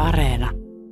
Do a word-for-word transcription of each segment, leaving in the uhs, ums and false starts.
Areena.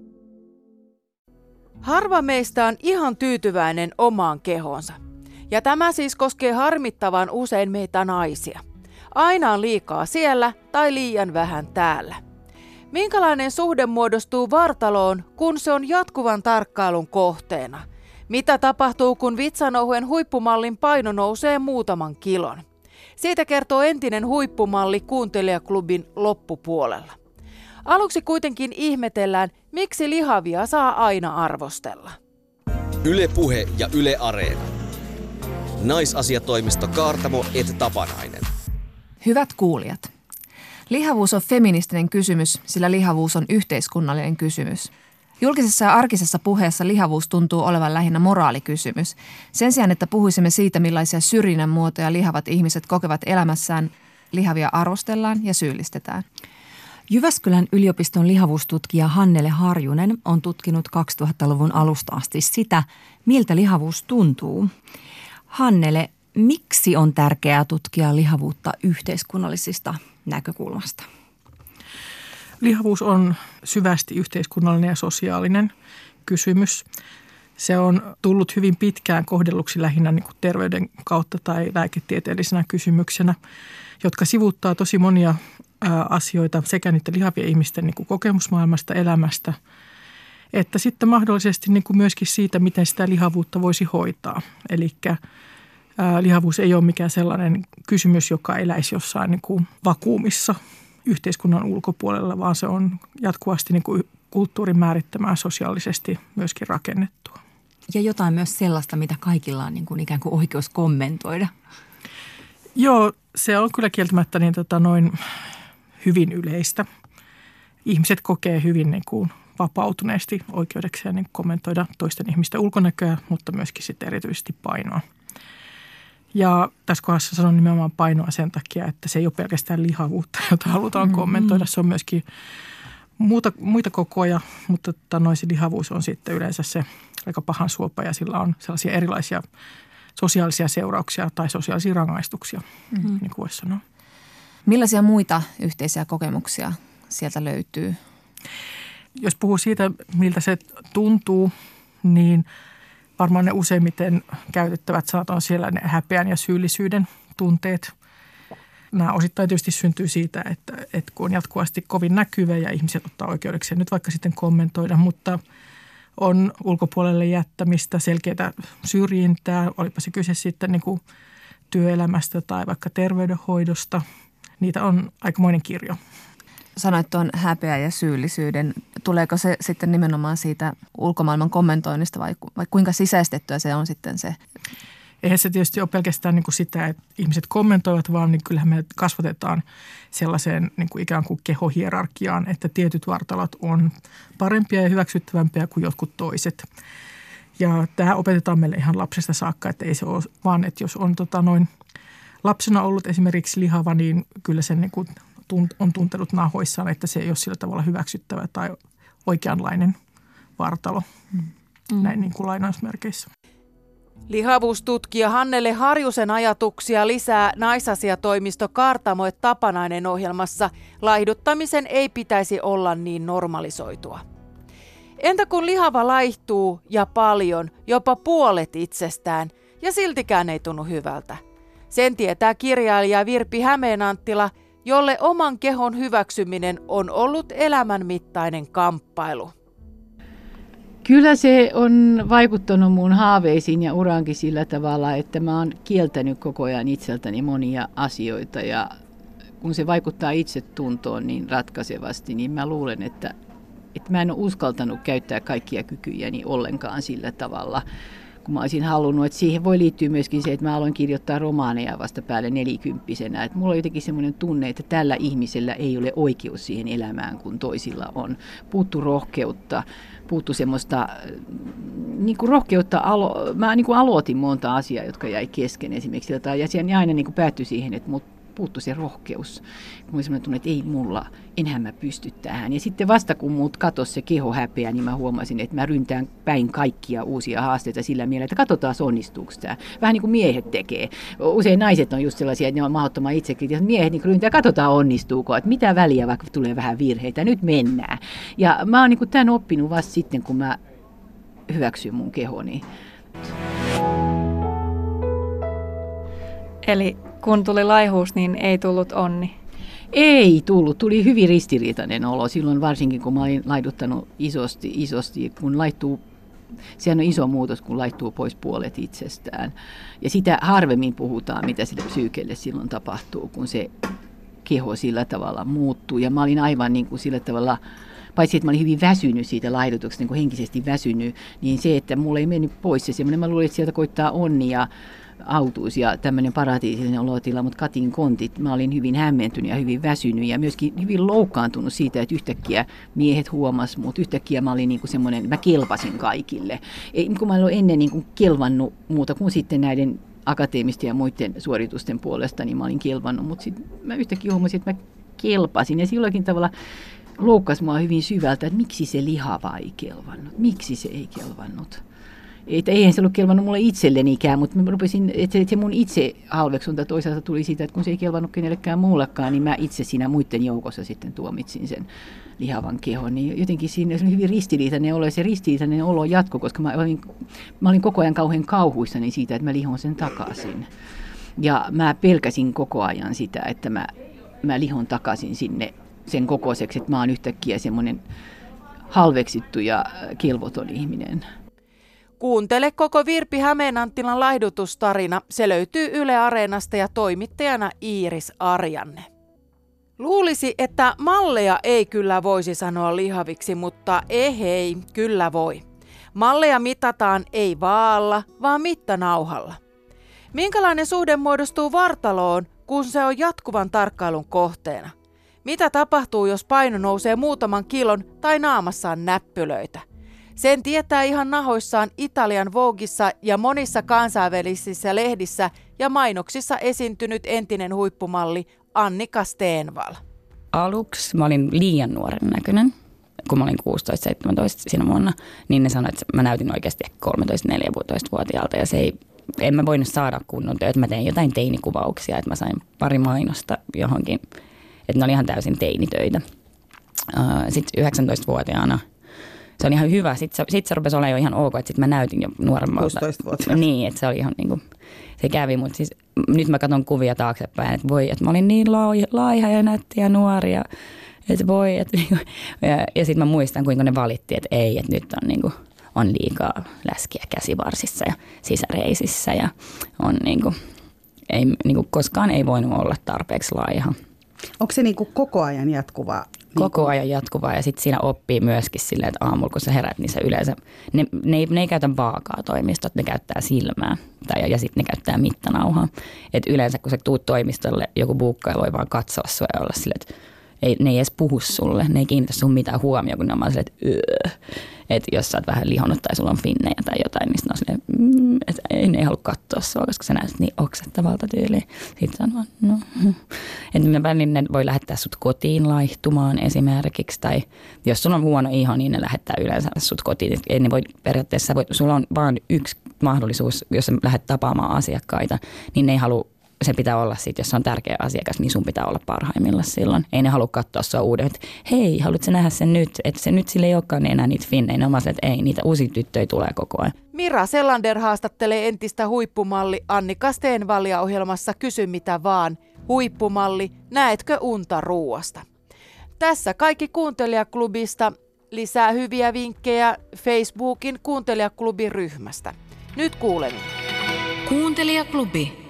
Harva meistä on ihan tyytyväinen omaan kehonsa. Ja tämä siis koskee harmittavan usein meitä naisia. Aina on liikaa siellä tai liian vähän täällä. Minkälainen suhde muodostuu vartaloon, kun se on jatkuvan tarkkailun kohteena? Mitä tapahtuu, kun vitsanouhuen huippumallin paino nousee muutaman kilon? Siitä kertoo entinen huippumalli Kuuntelijaklubin loppupuolella. Aluksi kuitenkin ihmetellään, miksi lihavia saa aina arvostella. Yle Puhe ja Yle Areena. Naisasiatoimisto Kaartamo et Tapanainen. Hyvät kuulijat. Lihavuus on feministinen kysymys, sillä lihavuus on yhteiskunnallinen kysymys. Julkisessa ja arkisessa puheessa lihavuus tuntuu olevan lähinnä moraalikysymys. Sen sijaan, että puhuisimme siitä, millaisia syrjinnän muotoja lihavat ihmiset kokevat elämässään, lihavia arvostellaan ja syyllistetään. Jyväskylän yliopiston lihavuustutkija Hannele Harjunen on tutkinut kaksituhattaluvun alusta asti sitä, miltä lihavuus tuntuu. Hannele, miksi on tärkeää tutkia lihavuutta yhteiskunnallisista näkökulmasta? Lihavuus on syvästi yhteiskunnallinen ja sosiaalinen kysymys. Se on tullut hyvin pitkään kohdelluksi lähinnä niin kuin terveyden kautta tai lääketieteellisenä kysymyksenä, jotka sivuuttaa tosi monia ää, asioita sekä niiden lihavien ihmisten niin kuin kokemusmaailmasta, elämästä, että sitten mahdollisesti niin kuin myöskin siitä, miten sitä lihavuutta voisi hoitaa. Eli lihavuus ei ole mikään sellainen kysymys, joka eläisi jossain niin kuin vakuumissa yhteiskunnan ulkopuolella, vaan se on jatkuvasti niin kuin kulttuurin määrittämää sosiaalisesti myöskin rakennettua. Ja jotain myös sellaista, mitä kaikilla on niin kuin ikään kuin oikeus kommentoida. Joo, se on kyllä kieltämättä niin tota noin hyvin yleistä. Ihmiset kokee hyvin niin kuin vapautuneesti oikeudekseen niin kommentoida toisten ihmisten ulkonäköä, mutta myöskin sitten erityisesti painoa. Ja tässä kohdassa sanon nimenomaan painoa sen takia, että se ei ole pelkästään lihavuutta, jota halutaan kommentoida. Se on myöskin muuta, muita kokoja, mutta noin se lihavuus on sitten yleensä se aika pahan suopa ja sillä on sellaisia erilaisia sosiaalisia seurauksia tai sosiaalisia rangaistuksia, mm-hmm. niin kuin voisi sanoa. Millaisia muita yhteisiä kokemuksia sieltä löytyy? Jos puhuu siitä, miltä se tuntuu, niin varmaan ne useimmiten käytettävät sanat on siellä ne häpeän ja syyllisyyden tunteet. Nämä osittain tietysti syntyy siitä, että, että kun on jatkuvasti kovin näkyvä ja ihmiset ottaa oikeudekseen nyt vaikka sitten kommentoida, mutta on ulkopuolelle jättämistä, selkeää syrjintää, olipa se kyse sitten niin kuin työelämästä tai vaikka terveydenhoidosta. Niitä on aikamoinen kirjo. Sanoit tuon häpeä ja syyllisyyden. Tuleeko se sitten nimenomaan siitä ulkomaailman kommentoinnista vai, vai kuinka sisäistettyä se on sitten se? Eihän se tietysti ole pelkästään niin kuin sitä, että ihmiset kommentoivat, vaan niin kyllähän me kasvatetaan sellaiseen niin kuin ikään kuin kehohierarkiaan, että tietyt vartalot on parempia ja hyväksyttävämpiä kuin jotkut toiset. Ja tämä opetetaan meille ihan lapsesta saakka, että ei se ole vaan, että jos on tota noin lapsena ollut esimerkiksi lihava, niin kyllä sen niin kuin on tuntenut nahoissaan, että se ei ole sillä tavalla hyväksyttävä tai oikeanlainen vartalo, mm. näin niin kuin lainausmerkeissä. Lihavuustutkija Hannele Harjusen ajatuksia lisää naisasiatoimisto Kaartamo et Tapanainen -ohjelmassa. Laihduttamisen ei pitäisi olla niin normalisoitua. Entä kun lihava laihtuu ja paljon, jopa puolet itsestään, ja siltikään ei tunnu hyvältä? Sen tietää kirjailija Virpi Hämeenanttila, jolle oman kehon hyväksyminen on ollut elämänmittainen kamppailu. Kyllä se on vaikuttanut mun haaveisiin ja uraankin sillä tavalla, että mä oon kieltänyt koko ajan itseltäni monia asioita ja kun se vaikuttaa itsetuntoon niin ratkaisevasti, niin mä luulen, että, että mä en ole uskaltanut käyttää kaikkia kykyjäni ollenkaan sillä tavalla, kun mä olisin halunnut, että siihen voi liittyä myöskin se, että mä aloin kirjoittaa romaaneja vasta päälle nelikymppisenä. Että mulla on jotenkin semmoinen tunne, että tällä ihmisellä ei ole oikeus siihen elämään, kun toisilla on. Puuttu rohkeutta, puuttu semmoista niin kuin rohkeutta. Alo- mä niin kuin aloitin monta asiaa, jotka jäi kesken esimerkiksi. Ja se aina niin kuin päättyi siihen, että mut puuttui se rohkeus. Mulla oli sellainen tunne, että ei mulla, enhän mä pysty tähän. Ja sitten vasta kun mut katosi se keho häpeä, niin mä huomasin, että mä ryntään päin kaikkia uusia haasteita sillä mielellä, että katsotaan onnistuuko tämä. Vähän niin kuin miehet tekee. Usein naiset on just sellaisia, että ne on mahdottoman itsekriittisiä. Miehet niin ryntää, katsotaan onnistuuko, että mitä väliä, vaikka tulee vähän virheitä, nyt mennään. Ja mä oon niin kuin tämän oppinut vasta sitten, kun mä hyväksyn mun kehoni. Eli kun tuli laihuus, niin ei tullut onni? Ei tullut. Tuli hyvin ristiriitainen olo silloin, varsinkin kun mä olin laiduttanut isosti, isosti kun laittuu, sehän on iso muutos, kun laittuu pois puolet itsestään. Ja sitä harvemmin puhutaan, mitä sille psyykelle silloin tapahtuu, kun se keho sillä tavalla muuttuu. Ja mä olin aivan niin kuin sillä tavalla, paitsi että mä olin hyvin väsynyt siitä laidutuksesta, niin kuin henkisesti väsynyt, niin se, että mulla ei mennyt pois se semmoinen, mä luulin, että sieltä koittaa onnia, autuus ja tämmöinen paratiisinen olotila, mutta Katin kontit, mä olin hyvin hämmentynyt ja hyvin väsynyt ja myöskin hyvin loukkaantunut siitä, että yhtäkkiä miehet huomas mut, yhtäkkiä mä olin niin kuin semmoinen, mä kelpasin kaikille. Ei, kun mä en ole ennen niin kuin kelvannut muuta kuin sitten näiden akateemisten ja muiden suoritusten puolesta, niin mä olin kelvannut, mutta sitten mä yhtäkkiä huomasin, että mä kelpasin ja silloinkin tavalla loukkasi mua hyvin syvältä, että miksi se lihava ei kelvannut, miksi se ei kelvannut. Että eihän se ollut kelvannut mulle itsellenikään, mutta mä rupesin, että se mun itse halveksunta toisaalta tuli siitä, että kun se ei kelvannut kenellekään muullekaan, niin mä itse siinä muiden joukossa sitten tuomitsin sen lihavan kehon. Niin jotenkin siinä oli hyvin ristiriitainen olo ja se ristiriitainen olo jatkoi, koska mä olin, mä olin koko ajan kauhean kauhuissani siitä, että mä lihon sen takaisin. Ja mä pelkäsin koko ajan sitä, että mä, mä lihon takaisin sinne sen kokoiseksi, että mä oon yhtäkkiä semmoinen halveksittu ja kelvoton ihminen. Kuuntele koko Virpi Hämeenanttilan laihdutustarina. Se löytyy Yle Areenasta ja toimittajana Iiris Arjanne. Luulisi, että malleja ei kyllä voisi sanoa lihaviksi, mutta ehei, kyllä voi. Malleja mitataan ei vaalla, vaan mittanauhalla. Minkälainen suhde muodostuu vartaloon, kun se on jatkuvan tarkkailun kohteena? Mitä tapahtuu, jos paino nousee muutaman kilon tai naamassa on näppylöitä? Sen tietää ihan nahoissaan Italian Vogueissa ja monissa kansainvälisissä lehdissä ja mainoksissa esiintynyt entinen huippumalli Annika Stenvall. Aluksi mä olin liian nuoren näköinen, kun mä olin kuusitoista seitsemäntoista siinä vuonna, niin ne sanoivat, että mä näytin oikeasti kolmetoista neljätoista-vuotiaalta ja se ei, en mä voinut saada kunnon työtä. Mä tein jotain teinikuvauksia, että mä sain pari mainosta johonkin, että ne oli ihan täysin teinitöitä. Sitten yhdeksäntoistavuotiaana se oli ihan hyvä. Sitten se, sit se rupesi olemaan jo ihan ok, että sitten mä näytin jo nuoremmalta. kuusitoistavuotiaana. Niin, että se oli ihan niin kuin, se kävi, mutta siis nyt mä katson kuvia taaksepäin, että voi, että mä olin niin laiha ja nätti ja nuori ja että voi, että ja, ja sitten mä muistan, kuinka ne valitti, että ei, että nyt on niin kuin, on liikaa läskiä käsivarsissa ja sisäreisissä ja on niin kuin, ei, niin kuin koskaan ei voinut olla tarpeeksi laiha. Onko se niin kuin koko ajan jatkuvaa? Koko ajan jatkuvaa ja sitten siinä oppii myöskin silleen, että aamulla kun sä herät, niin se yleensä, ne, ne, ei, ne ei käytä vaakaa toimistot, ne käyttää silmää tai, ja sitten ne käyttää mittanauhaa. Että yleensä kun sä tuut toimistolle, joku buukkaaja voi vaan katsoa sua ja olla silleen, että ei, ne ei edes puhu sulle, ne ei kiinnitä sun mitään huomioon, kun ne on vaan silleen, että öö. Että jos sä oot vähän lihonnut tai sulla on finnejä tai jotain, niin sitten on silleen, mm, että ei, ne ei halua katsoa sua, koska sä näytät niin oksettavalta tyyliin. Sitten se on vaan, no. Että välillä ne voi lähettää sut kotiin laihtumaan esimerkiksi, tai jos sulla on huono iho, niin ne lähettää yleensä sut kotiin. Et ne voi, periaatteessa voi, sulla on vaan yksi mahdollisuus, jos sä lähdet tapaamaan asiakkaita, niin ne ei halua, se pitää olla siitä, jos se on tärkeä asiakas, niin sun pitää olla parhaimmillaan silloin. Ei ne halua katsoa sua uuden, että hei, haluatko nähdä sen nyt? Että se nyt sille ei olekaan enää niitä finnejä. Ne on vaan, että ei, niitä uusia tyttöjä tulee koko ajan. Mira Selander haastattelee entistä huippumalli Annika Stenvallia ohjelmassa Kysy mitä vaan. Huippumalli, näetkö unta ruuasta? Tässä kaikki Kuuntelijaklubista. Lisää hyviä vinkkejä Facebookin Kuuntelijaklubin ryhmästä. Nyt kuulemme. Kuuntelijaklubi.